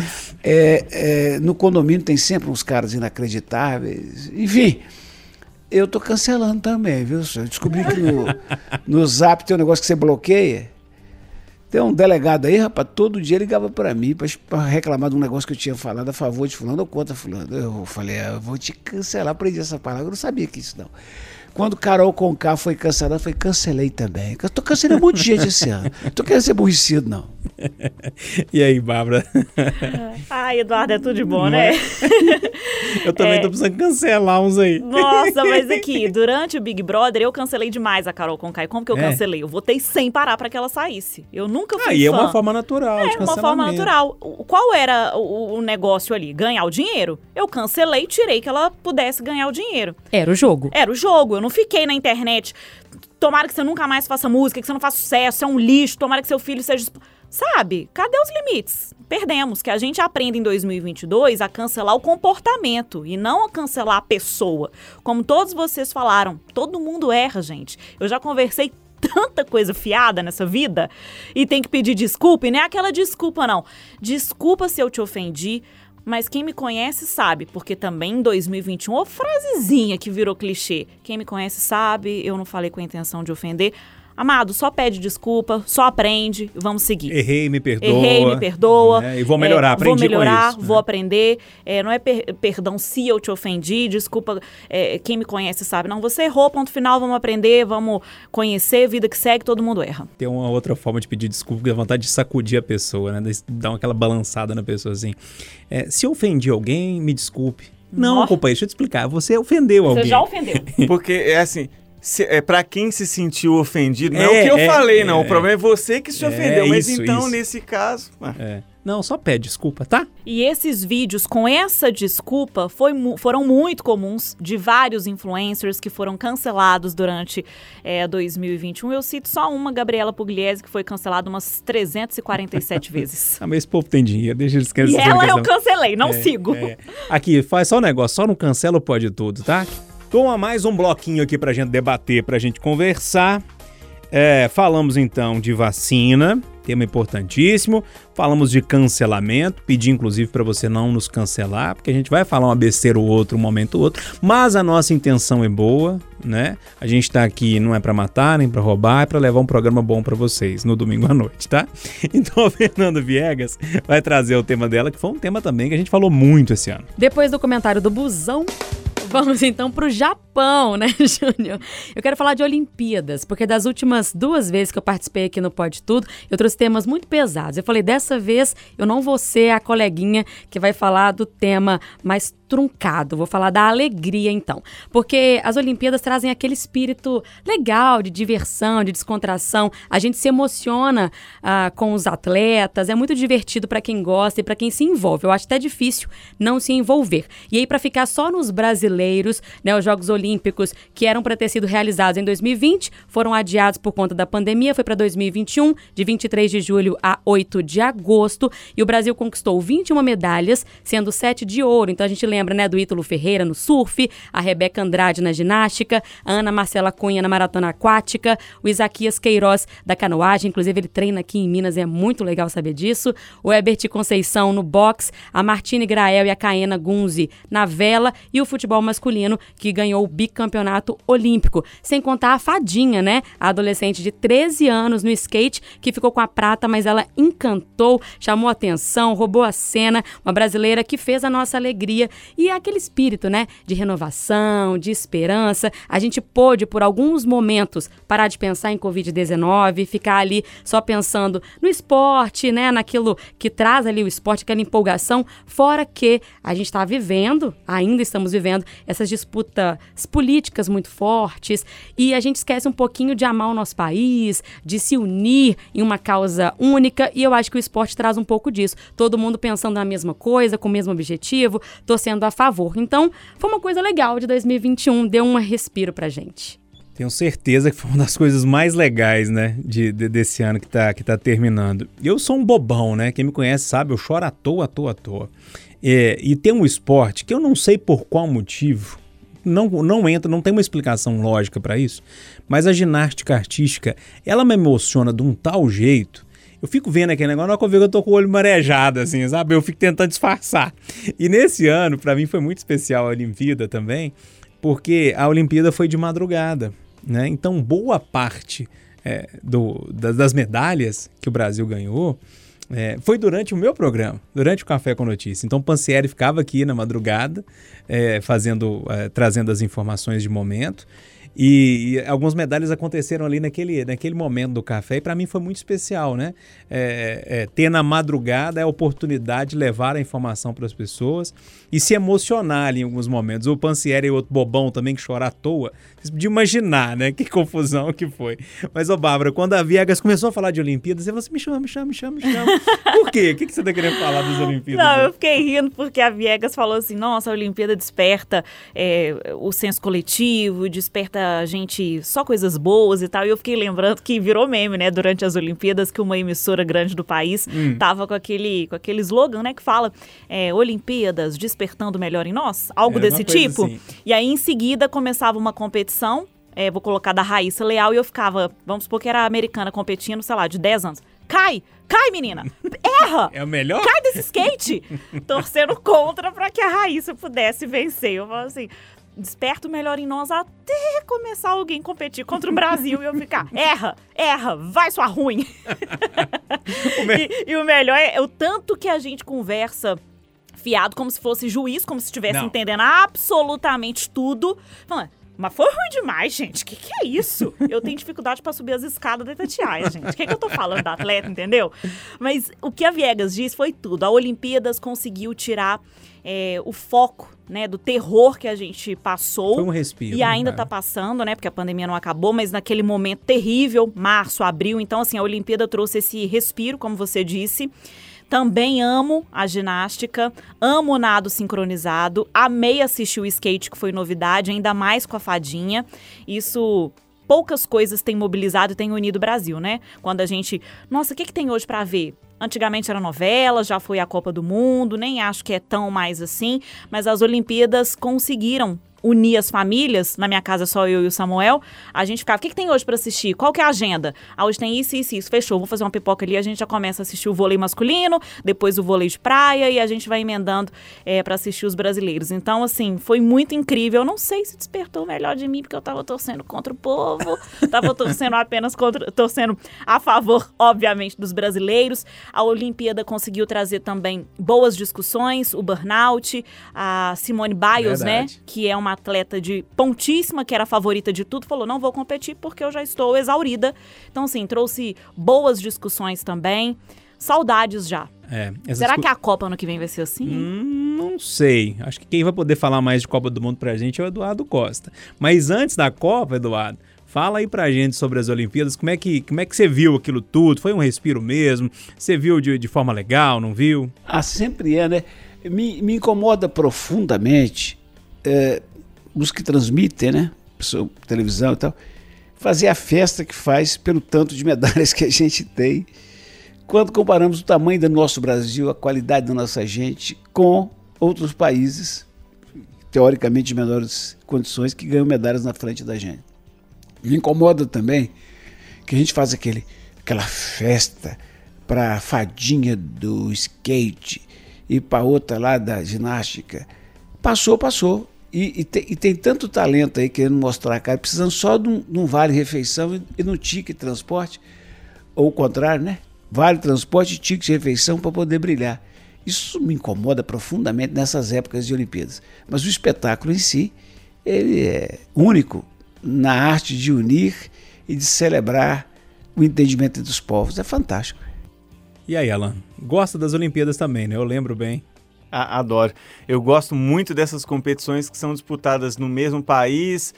No condomínio tem sempre uns caras inacreditáveis. Enfim, eu estou cancelando também, viu? Eu descobri que no Zap tem um negócio que você bloqueia. Tem um delegado aí, rapaz, todo dia ligava para mim para reclamar de um negócio que eu tinha falado a favor de fulano ou contra fulano. Eu falei, eu vou te cancelar, aprendi essa palavra, eu não sabia que isso não. Quando Carol Conká foi cancelada, eu falei, cancelei também. Eu tô cancelando um monte de gente esse ano. Não tô querendo ser aborrecido, não. E aí, Bárbara? Ai, Eduardo, é tudo de bom, né? Eu também tô precisando cancelar uns aí. Nossa, mas aqui, durante o Big Brother, eu cancelei demais a Carol Conká. E como que eu cancelei? Eu votei sem parar pra que ela saísse. Eu nunca fui fã. E é uma forma natural de cancelamento. É uma forma natural. Qual era o negócio ali? Ganhar o dinheiro? Eu cancelei, tirei que ela pudesse ganhar o dinheiro. Era o jogo. Era o jogo. Eu não fiquei na internet. Tomara que você nunca mais faça música, que você não faça sucesso, você é um lixo, tomara que seu filho seja... Sabe? Cadê os limites? Perdemos. Que a gente aprenda em 2022 a cancelar o comportamento e não a cancelar a pessoa. Como todos vocês falaram, todo mundo erra, gente. Eu já conversei tanta coisa fiada nessa vida e tem que pedir desculpa, e não é aquela desculpa, não. Desculpa se eu te ofendi, Mas quem me conhece sabe, porque também em 2021, uma frasezinha que virou clichê. Quem me conhece sabe, eu não falei com a intenção de ofender. Amado, só pede desculpa, só aprende, vamos seguir. Errei, me perdoa. Né? E vou melhorar, aprendi vou melhorar, com isso. Vou aprender. Não é perdão se eu te ofendi, desculpa, quem me conhece sabe. Não, você errou, ponto final, vamos aprender, vamos conhecer, vida que segue, todo mundo erra. Tem uma outra forma de pedir desculpa, que é a vontade de sacudir a pessoa, né? Dar aquela balançada na pessoa assim. Se eu ofendi alguém, me desculpe. Não, companheiro, deixa eu te explicar. Você ofendeu alguém. Você já ofendeu. Porque é assim... Pra quem se sentiu ofendido, não é o que eu falei, não. O problema é você que se ofendeu. Mas então, nesse caso... Não, só pede desculpa, tá? E esses vídeos com essa desculpa foram muito comuns de vários influencers que foram cancelados durante 2021. Eu cito só uma, Gabriela Pugliese, que foi cancelada umas 347 vezes. Mas esse povo tem dinheiro, deixa eles esquecer. E ela eu cancelei, não sigo. Aqui, faz só um negócio, só não cancela o Pode Tudo, tá? Toma mais um bloquinho aqui pra gente debater, pra gente conversar. Falamos então de vacina, tema importantíssimo. Falamos de cancelamento, pedi inclusive pra você não nos cancelar, porque a gente vai falar uma besteira ou outra, um momento ou outro. Mas a nossa intenção é boa, né? A gente tá aqui não é pra matar, nem pra roubar, é pra levar um programa bom pra vocês no domingo à noite, tá? Então a Fernanda Viegas vai trazer o tema dela, que foi um tema também que a gente falou muito esse ano. Depois do comentário do busão, vamos então pro Japão, né, Júnior? Eu quero falar de Olimpíadas, porque das últimas 2 vezes que eu participei aqui no Pode Tudo, eu trouxe temas muito pesados. Eu falei, dessa vez eu não vou ser a coleguinha que vai falar do tema mais truncado, vou falar da alegria então, porque as Olimpíadas trazem aquele espírito legal de diversão, de descontração, a gente se emociona com os atletas, é muito divertido para quem gosta e para quem se envolve, eu acho até difícil não se envolver. E aí para ficar só nos brasileiros, né, os Jogos Olímpicos que eram para ter sido realizados em 2020, foram adiados por conta da pandemia, foi para 2021, de 23 de julho a 8 de agosto, e o Brasil conquistou 21 medalhas, sendo 7 de ouro, então a gente lembra, né, do Ítalo Ferreira no surf, a Rebeca Andrade na ginástica, a Ana Marcela Cunha na maratona aquática, o Isaquias Queiroz da canoagem, inclusive ele treina aqui em Minas, é muito legal saber disso, o Herbert Conceição no boxe, a Martine Grael e a Caena Gunzi na vela e o futebol masculino que ganhou o bicampeonato olímpico, sem contar a Fadinha, né, a adolescente de 13 anos no skate que ficou com a prata, mas ela encantou, chamou atenção, roubou a cena, uma brasileira que fez a nossa alegria. E aquele espírito, né, de renovação, de esperança, a gente pôde, por alguns momentos, parar de pensar em Covid-19, ficar ali só pensando no esporte, né, naquilo que traz ali o esporte, aquela empolgação, fora que a gente está vivendo, ainda estamos vivendo, essas disputas políticas muito fortes, e a gente esquece um pouquinho de amar o nosso país, de se unir em uma causa única, e eu acho que o esporte traz um pouco disso. Todo mundo pensando na mesma coisa, com o mesmo objetivo, torcendo a favor. Então, foi uma coisa legal de 2021, deu um respiro pra gente. Tenho certeza que foi uma das coisas mais legais, né, desse ano que tá terminando. Eu sou um bobão, né, quem me conhece sabe, eu choro à toa. E tem um esporte que eu não sei por qual motivo, não entra, não tem uma explicação lógica pra isso, mas a ginástica artística, ela me emociona de um tal jeito. Eu fico vendo aquele negócio, na hora que eu vejo eu tô com o olho marejado, assim, sabe? Eu fico tentando disfarçar. E nesse ano, pra mim, foi muito especial a Olimpíada também, porque a Olimpíada foi de madrugada, né? Então, boa parte das medalhas que o Brasil ganhou foi durante o meu programa, durante o Café com Notícia. Então, o Pansieri ficava aqui na madrugada, trazendo as informações de momento. E algumas medalhas aconteceram ali naquele momento do café, e para mim foi muito especial, né? Ter na madrugada a oportunidade de levar a informação para as pessoas e se emocionar ali em alguns momentos. O Pansieri e outro bobão também que chora à toa. Vocês podiam imaginar, né? Que confusão que foi. Mas, Bárbara, quando a Viegas começou a falar de Olimpíadas, você falou assim, me chama. Por quê? O que você tá querendo falar das Olimpíadas? Não, eu fiquei rindo porque a Viegas falou assim, nossa, a Olimpíada desperta o senso coletivo, desperta a gente só coisas boas e tal. E eu fiquei lembrando que virou meme, né, durante as Olimpíadas, que uma emissora grande do país tava com aquele slogan, né, que fala Olimpíadas despertando melhor em nós, algo desse tipo. Assim. E aí, em seguida, começava uma competição vou colocar da Raíssa Leal, e eu ficava, vamos supor que era americana competindo, sei lá, de 10 anos. Cai, menina, erra! É o melhor? Cai desse skate! Torcendo contra pra que a Raíssa pudesse vencer. Eu falo assim, desperta o melhor em nós até começar alguém competir contra o Brasil e eu ficar, erra, vai sua ruim. E o melhor é o tanto que a gente conversa fiado, como se fosse juiz, como se estivesse entendendo absolutamente tudo. Falando, mas foi ruim demais, gente. Que é isso? Eu tenho dificuldade pra subir as escadas da Itatiaia, gente. O que eu tô falando da atleta, entendeu? Mas o que a Viegas disse foi tudo. A Olimpíadas conseguiu tirar o foco, né, do terror que a gente passou. Foi um respiro. E ainda tá passando, né, porque a pandemia não acabou, mas naquele momento terrível, março, abril. Então, assim, a Olimpíada trouxe esse respiro, como você disse. Também amo a ginástica, amo o nado sincronizado, amei assistir o skate, que foi novidade, ainda mais com a fadinha. Isso, poucas coisas têm mobilizado e têm unido o Brasil, né? Quando a gente, nossa, o que tem hoje pra ver? Antigamente era novela, já foi a Copa do Mundo, nem acho que é tão mais assim, mas as Olimpíadas conseguiram unir as famílias. Na minha casa só eu e o Samuel, a gente ficava, o que tem hoje pra assistir? Qual que é a agenda? Hoje tem isso, fechou, vou fazer uma pipoca ali, a gente já começa a assistir o vôlei masculino, depois o vôlei de praia e a gente vai emendando pra assistir os brasileiros. Então, assim, foi muito incrível. Eu não sei se despertou o melhor de mim, porque eu tava torcendo contra o povo, tava torcendo torcendo a favor, obviamente, dos brasileiros. A Olimpíada conseguiu trazer também boas discussões, o burnout, a Simone Biles, né, que é uma atleta de pontíssima, que era a favorita de tudo, falou, não vou competir porque eu já estou exaurida. Então, assim, trouxe boas discussões também. Saudades já. Será que a Copa ano que vem vai ser assim? Não sei. Acho que quem vai poder falar mais de Copa do Mundo pra gente é o Eduardo Costa. Mas antes da Copa, Eduardo, fala aí pra gente sobre as Olimpíadas, como é que você viu aquilo tudo? Foi um respiro mesmo? Você viu de forma legal, não viu? Sempre né? Me incomoda profundamente os que transmitem, né? Televisão e tal, fazer a festa que faz pelo tanto de medalhas que a gente tem, quando comparamos o tamanho do nosso Brasil, a qualidade da nossa gente, com outros países, teoricamente de menores condições, que ganham medalhas na frente da gente. Me incomoda também que a gente faz aquela festa para a fadinha do skate e para outra lá da ginástica. Passou. E tem tanto talento aí querendo mostrar a cara, precisando só de um vale-refeição e no ticket transporte, ou o contrário, né? Vale-transporte e ticket de refeição para poder brilhar. Isso me incomoda profundamente nessas épocas de Olimpíadas. Mas o espetáculo em si, ele é único na arte de unir e de celebrar o entendimento entre os povos. É fantástico. E aí, Alan? Gosta das Olimpíadas também, né? Eu lembro bem. Adoro. Eu gosto muito dessas competições que são disputadas no mesmo país,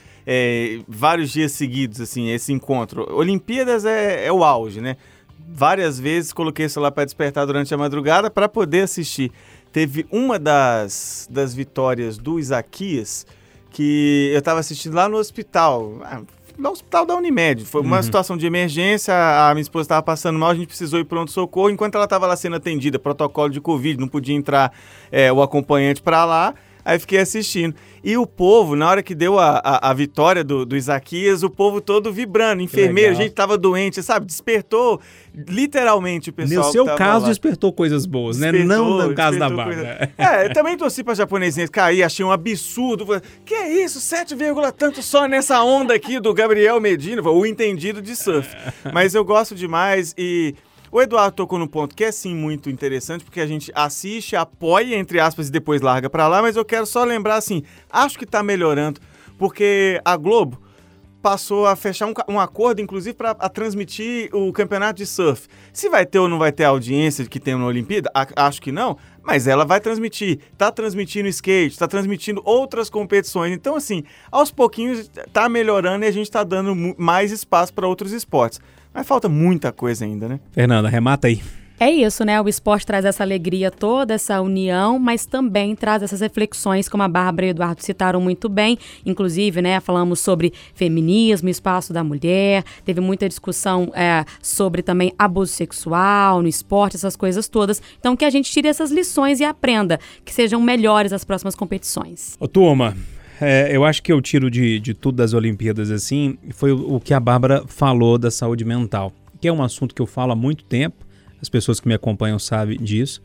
vários dias seguidos, assim, esse encontro. Olimpíadas é o auge, né? Várias vezes coloquei o celular para despertar durante a madrugada para poder assistir. Teve uma das vitórias do Isaquias que eu estava assistindo lá no hospital, no hospital da Unimed. Foi uma situação de emergência, a minha esposa estava passando mal, a gente precisou ir pronto-socorro. Enquanto ela estava lá sendo atendida, protocolo de Covid, não podia entrar o acompanhante para lá, aí fiquei assistindo. E o povo, na hora que deu a vitória do Isaquias, o povo todo vibrando, enfermeiro, a gente estava doente, sabe? Despertou literalmente o pessoal. No seu caso, despertou coisas boas, né? Não no caso da Bárbara. Eu também torci pra japonesinha cair, achei um absurdo. Que é isso? 7, tanto só nessa onda aqui do Gabriel Medina, o entendido de surf. Mas eu gosto demais e o Eduardo tocou num ponto que é sim muito interessante, porque a gente assiste, apoia, entre aspas, e depois larga pra lá, mas eu quero só lembrar assim, acho que tá melhorando, porque a Globo passou a fechar um acordo, inclusive, para transmitir o campeonato de surf. Se vai ter ou não vai ter a audiência que tem na Olimpíada, acho que não, mas ela vai transmitir. Tá transmitindo skate, tá transmitindo outras competições. Então, assim, aos pouquinhos tá melhorando e a gente tá dando mais espaço para outros esportes. Mas falta muita coisa ainda, né? Fernanda, remata aí. É isso, né? O esporte traz essa alegria toda, essa união, mas também traz essas reflexões, como a Bárbara e o Eduardo citaram muito bem. Inclusive, né, falamos sobre feminismo, espaço da mulher, teve muita discussão sobre também abuso sexual no esporte, essas coisas todas. Então, que a gente tire essas lições e aprenda, que sejam melhores as próximas competições. Ô, turma, eu acho que eu tiro de tudo das Olimpíadas, assim, foi o que a Bárbara falou da saúde mental, que é um assunto que eu falo há muito tempo, as pessoas que me acompanham sabem disso.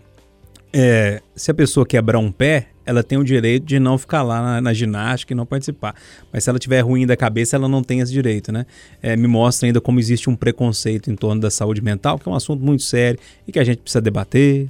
Se a pessoa quebrar um pé, ela tem o direito de não ficar lá na ginástica e não participar. Mas se ela tiver ruim da cabeça, ela não tem esse direito, né? Me mostra ainda como existe um preconceito em torno da saúde mental, que é um assunto muito sério e que a gente precisa debater,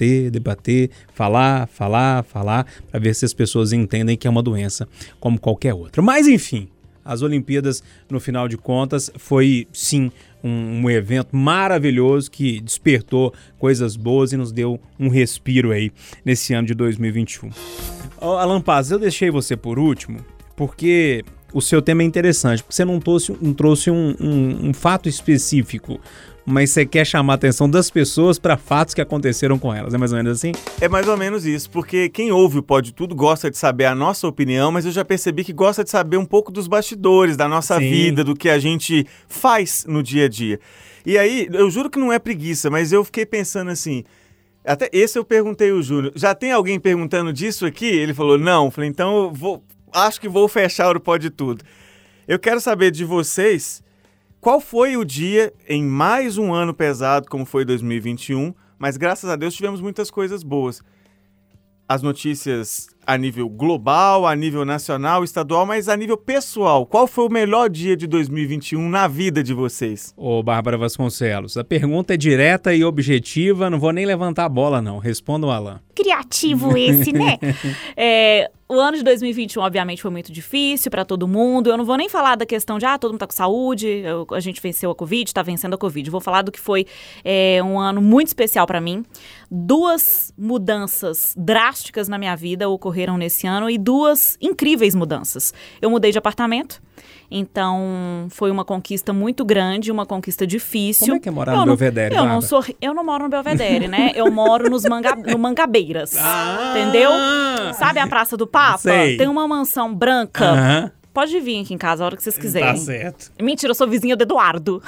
falar, para ver se as pessoas entendem que é uma doença como qualquer outra. Mas, enfim, as Olimpíadas, no final de contas, foi, sim, um evento maravilhoso que despertou coisas boas e nos deu um respiro aí nesse ano de 2021. Alan Paz, eu deixei você por último porque o seu tema é interessante, porque você não trouxe um fato específico, mas você quer chamar a atenção das pessoas para fatos que aconteceram com elas. É mais ou menos assim? É mais ou menos isso, porque quem ouve o Pode Tudo gosta de saber a nossa opinião, mas eu já percebi que gosta de saber um pouco dos bastidores, da nossa vida, do que a gente faz no dia a dia. E aí, eu juro que não é preguiça, mas eu fiquei pensando assim, até esse eu perguntei ao Júnior, já tem alguém perguntando disso aqui? Ele falou, não. Eu falei, então acho que vou fechar o Pode Tudo. Eu quero saber de vocês... Qual foi o dia em mais um ano pesado, como foi 2021, mas graças a Deus tivemos muitas coisas boas. As notícias a nível global, a nível nacional, estadual, mas a nível pessoal. Qual foi o melhor dia de 2021 na vida de vocês? Ô, Bárbara Vasconcelos, a pergunta é direta e objetiva, não vou nem levantar a bola não, responda o Alan. Criativo esse, né? O ano de 2021, obviamente, foi muito difícil para todo mundo. Eu não vou nem falar da questão de, todo mundo tá com saúde, a gente venceu a Covid, tá vencendo a Covid. Eu vou falar do que foi um ano muito especial para mim. 2 mudanças drásticas na minha vida ocorreram nesse ano e 2 incríveis mudanças. Eu mudei de apartamento. Então, foi uma conquista muito grande, uma conquista difícil. Como é que é morar no Belvedere, Eu não moro no Belvedere, né? Eu moro no Mangabeiras, entendeu? Sabe a Praça do Papa? Sei. Tem uma mansão branca. Pode vir aqui em casa a hora que vocês quiserem. Tá certo. Mentira, eu sou vizinha do Eduardo.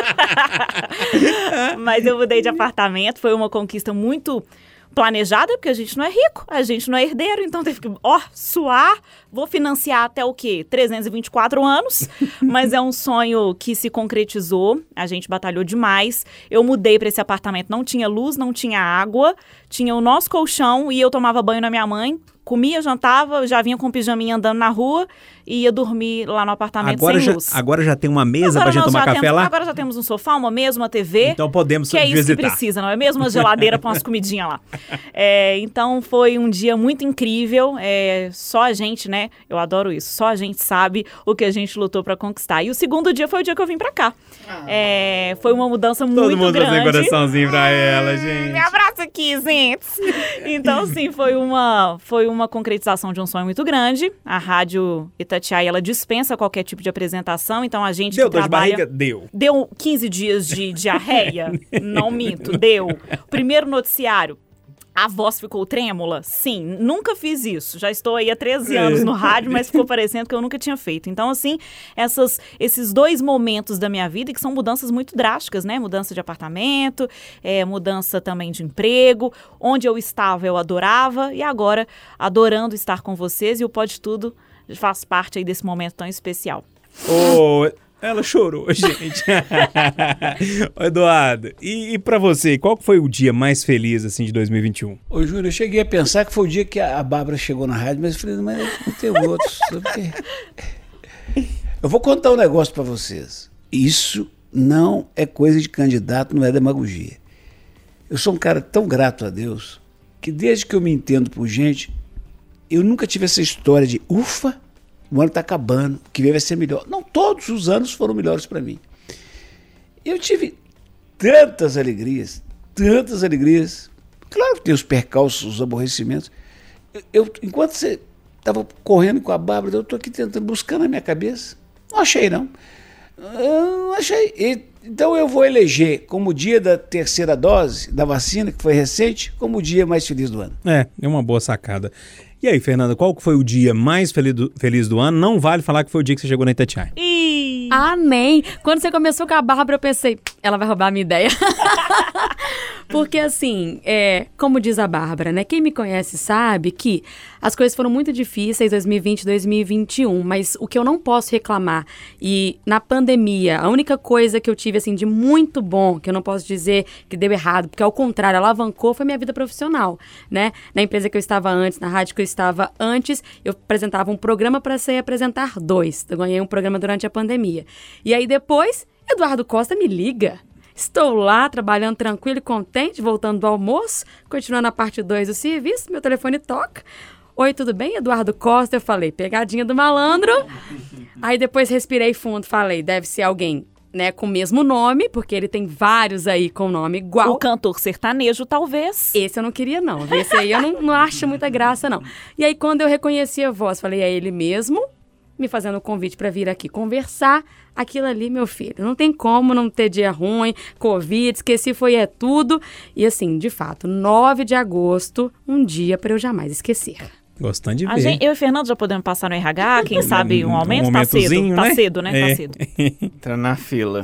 Mas eu mudei de apartamento, foi uma conquista muito... planejada, porque a gente não é rico, a gente não é herdeiro, então teve que, suar, vou financiar até o quê? 324 anos, mas é um sonho que se concretizou, a gente batalhou demais, eu mudei para esse apartamento, não tinha luz, não tinha água, tinha o nosso colchão e eu tomava banho na minha mãe, comia, jantava, já vinha com o pijaminha andando na rua e ia dormir lá no apartamento sem luz. Agora já tem uma mesa pra gente tomar café lá? Agora já temos um sofá, uma mesa, uma TV. Então podemos visitar. Que é isso que precisa, não é mesmo? Uma geladeira pra umas comidinhas lá. Então foi um dia muito incrível. Só a gente, né? Eu adoro isso. Só a gente sabe o que a gente lutou pra conquistar. E o segundo dia foi o dia que eu vim pra cá. Foi uma mudança muito grande. Todo mundo fazendo coraçãozinho pra ela, gente. Me abraça aqui, gente. Então, sim, foi uma concretização de um sonho muito grande. A Rádio Itatiaia, ela dispensa qualquer tipo de apresentação, então a gente deu que trabalha... Deu dor de barriga? Deu 15 dias de diarreia? Não minto, deu. Primeiro noticiário, a voz ficou trêmula? Sim, nunca fiz isso. Já estou aí há 13 anos no rádio, mas ficou parecendo que eu nunca tinha feito. Então, assim, esses 2 momentos da minha vida, que são mudanças muito drásticas, né? Mudança de apartamento, mudança também de emprego. Onde eu estava, eu adorava. E agora, adorando estar com vocês. E o Pode Tudo faz parte aí desse momento tão especial. Ela chorou, gente. Ô, Eduardo, e pra você, qual foi o dia mais feliz, assim, de 2021? Ô, Júnior, eu cheguei a pensar que foi o dia que a Bárbara chegou na rádio, mas eu falei, mas não tem outros. Eu vou contar um negócio pra vocês. Isso não é coisa de candidato, não é demagogia. Eu sou um cara tão grato a Deus, que desde que eu me entendo por gente, eu nunca tive essa história de, ufa, o ano está acabando, o que vem vai ser melhor. Não, todos os anos foram melhores para mim. Eu tive tantas alegrias. Claro que tem os percalços, os aborrecimentos. Enquanto você estava correndo com a Bárbara, eu estou aqui tentando, buscar na minha cabeça. Não achei, não. Não achei. Então eu vou eleger como o dia da 3ª dose da vacina, que foi recente, como o dia mais feliz do ano. É uma boa sacada. E aí, Fernanda, qual foi o dia mais feliz do ano? Não vale falar que foi o dia que você chegou na Itatiaia. Amém. Quando você começou com a Bárbara, eu pensei, ela vai roubar a minha ideia. Porque assim, como diz a Bárbara, né? Quem me conhece sabe que as coisas foram muito difíceis 2020 e 2021, mas o que eu não posso reclamar, e na pandemia, a única coisa que eu tive assim de muito bom, que eu não posso dizer que deu errado, porque ao contrário, alavancou, foi minha vida profissional, né? Na empresa que eu estava antes, na rádio que eu estava antes, eu apresentava um programa para ser apresentar 2. Eu ganhei um programa durante a pandemia. E aí depois, Eduardo Costa me liga. Estou lá, trabalhando tranquilo e contente, voltando do almoço, continuando a parte 2 do serviço, meu telefone toca. Oi, tudo bem, Eduardo Costa? Eu falei, pegadinha do malandro. Aí depois respirei fundo, falei, deve ser alguém, né, com o mesmo nome, porque ele tem vários aí com nome igual. O cantor sertanejo, talvez. Esse eu não queria, não. Esse aí eu não acho muita graça, não. E aí, quando eu reconheci a voz, falei, é ele mesmo, me fazendo o convite para vir aqui conversar. Aquilo ali, meu filho, não tem como não ter dia ruim, Covid, esqueci, foi tudo. E assim, de fato, 9 de agosto, um dia para eu jamais esquecer. Gostando de ver. Eu e o Fernando já podemos passar no RH, quem sabe um aumento? Tá cedo, né? Tá cedo, né? Tá cedo. Entra na fila.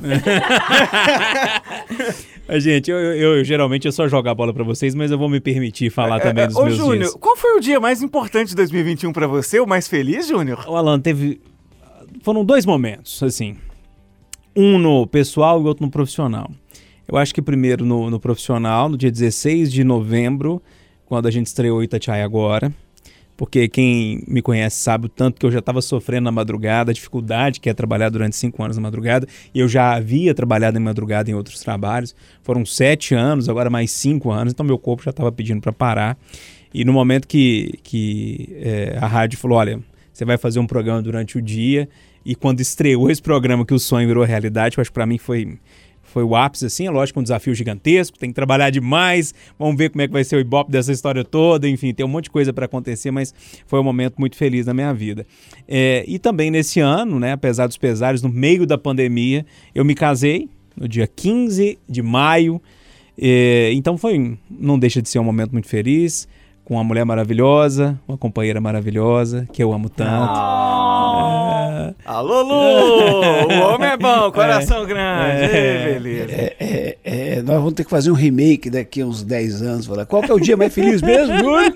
Gente, eu geralmente só jogo a bola pra vocês, mas eu vou me permitir falar também dos meus Júnior, dias. qual foi o dia mais importante de 2021 pra você? O mais feliz, Júnior? O Alan, foram 2 momentos, assim. Um no pessoal e outro no profissional. Eu acho que primeiro no profissional, no dia 16 de novembro, quando a gente estreou Itatiaia Agora. Porque quem me conhece sabe o tanto que eu já estava sofrendo na madrugada, a dificuldade que é trabalhar durante 5 anos na madrugada. E eu já havia trabalhado em madrugada em outros trabalhos. Foram 7 anos, agora mais 5 anos, então meu corpo já estava pedindo para parar. E no momento que a rádio falou, olha, você vai fazer um programa durante o dia, e quando estreou esse programa que o sonho virou realidade, eu acho que para mim foi o ápice, assim, é lógico, um desafio gigantesco, tem que trabalhar demais, vamos ver como é que vai ser o ibope dessa história toda, enfim, tem um monte de coisa para acontecer, mas foi um momento muito feliz na minha vida. E também nesse ano, né, apesar dos pesares, no meio da pandemia, eu me casei no dia 15 de maio, então não deixa de ser um momento muito feliz, com uma mulher maravilhosa, uma companheira maravilhosa, que eu amo tanto. Alô, Lu! O homem é bom, coração grande. Beleza. Nós vamos ter que fazer um remake daqui a uns 10 anos. Falar, qual que é o dia mais feliz mesmo, Júnior?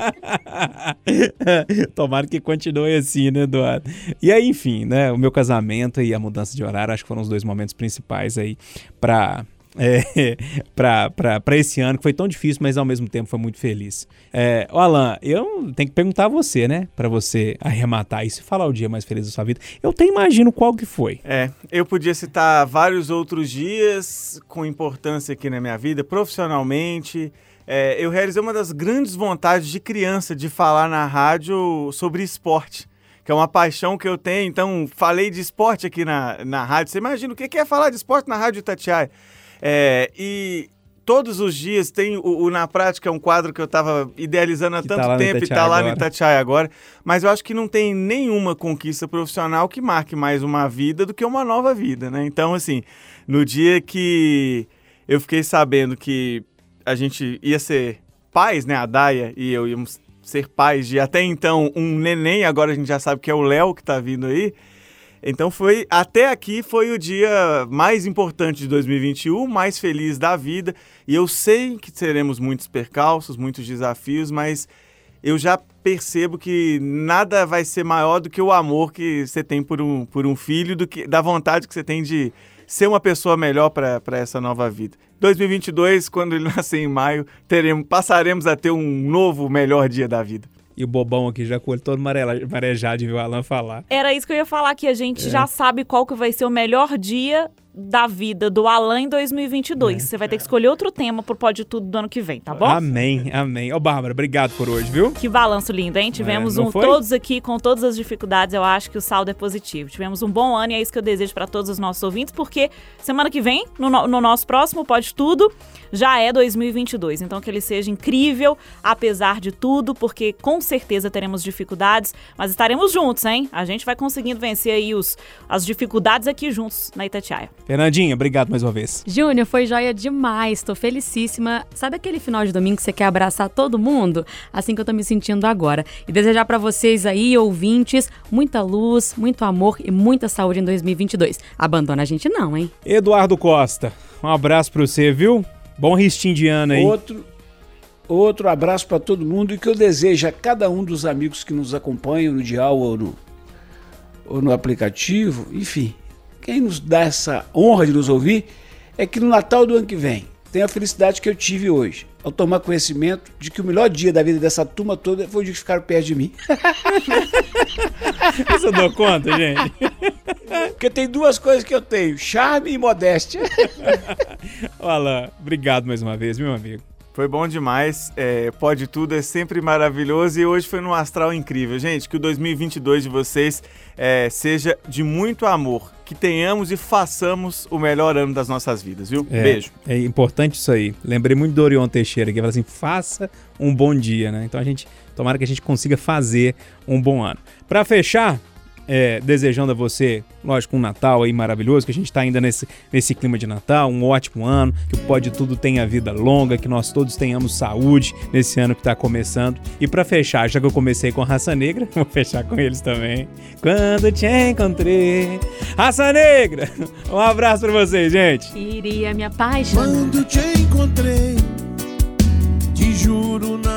Tomara que continue assim, né, Eduardo? E aí, enfim, né, o meu casamento e a mudança de horário, acho que foram os 2 momentos principais aí para esse ano, que foi tão difícil, mas ao mesmo tempo foi muito feliz. Alan, eu tenho que perguntar a você, né? Pra você arrematar isso e falar o dia mais feliz da sua vida. Eu até imagino qual que foi. Eu podia citar vários outros dias com importância aqui na minha vida, profissionalmente. Eu realizei uma das grandes vontades de criança de falar na rádio sobre esporte, que é uma paixão que eu tenho. Então, falei de esporte aqui na rádio. Você imagina o que é falar de esporte na Rádio Itatiaia? E todos os dias tem o Na Prática, é um quadro que eu estava idealizando há tanto tempo e está lá no Itatiaia Agora. Mas eu acho que não tem nenhuma conquista profissional que marque mais uma vida do que uma nova vida, né? Então, assim, no dia que eu fiquei sabendo que a gente ia ser pais, né? A Daia e eu íamos ser pais de até então um neném, agora a gente já sabe que é o Léo que está vindo aí. Então até aqui foi o dia mais importante de 2021, mais feliz da vida. E eu sei que teremos muitos percalços, muitos desafios, mas eu já percebo que nada vai ser maior do que o amor que você tem por um filho, da vontade que você tem de ser uma pessoa melhor para essa nova vida. 2022, quando ele nascer em maio, passaremos a ter um novo, melhor dia da vida. E o bobão aqui já com ele todo marejado de ver o Alan falar. Era isso que eu ia falar, que a gente já sabe qual que vai ser o melhor dia da vida do Alan em 2022. Você vai ter que escolher outro tema pro Pode Tudo do ano que vem, tá bom? Amém, amém. Ô, Bárbara, obrigado por hoje, viu? Que balanço lindo, hein? Tivemos todos aqui com todas as dificuldades, eu acho que o saldo é positivo. Tivemos um bom ano e é isso que eu desejo para todos os nossos ouvintes, porque semana que vem, no nosso próximo Pode Tudo, já é 2022. Então que ele seja incrível, apesar de tudo, porque com certeza teremos dificuldades, mas estaremos juntos, hein? A gente vai conseguindo vencer aí as dificuldades aqui juntos na Itatiaia. Fernandinha, obrigado mais uma vez. Júnior, foi joia demais, tô felicíssima. Sabe aquele final de domingo que você quer abraçar todo mundo? Assim que eu tô me sentindo agora. E desejar pra vocês aí, ouvintes, muita luz, muito amor e muita saúde em 2022. Abandona a gente não, hein? Eduardo Costa, um abraço pra você, viu? Bom restinho de ano aí. Outro abraço para todo mundo e que eu desejo a cada um dos amigos que nos acompanham no dial ou no aplicativo, enfim, quem nos dá essa honra de nos ouvir, é que no Natal do ano que vem tenha a felicidade que eu tive hoje, ao tomar conhecimento de que o melhor dia da vida dessa turma toda foi o dia que ficaram perto de mim. Você deu conta, gente? Porque tem duas coisas que eu tenho, charme e modéstia. Alan, obrigado mais uma vez, meu amigo. Foi bom demais, Pode Tudo é sempre maravilhoso e hoje foi num astral incrível. Gente, que o 2022 de vocês seja de muito amor, que tenhamos e façamos o melhor ano das nossas vidas, viu? Beijo. É importante isso aí. Lembrei muito do Orion Teixeira, que fala assim, faça um bom dia, né? Então tomara que a gente consiga fazer um bom ano. Pra fechar, desejando a você, lógico, um Natal aí maravilhoso, que a gente tá ainda nesse clima de Natal, um ótimo ano, que o Pode Tudo tenha vida longa, que nós todos tenhamos saúde nesse ano que tá começando. E pra fechar, já que eu comecei com a Raça Negra, vou fechar com eles também. Quando te encontrei, Raça Negra! Um abraço pra vocês, gente! Iria me apaixonar. Quando te encontrei, te juro, não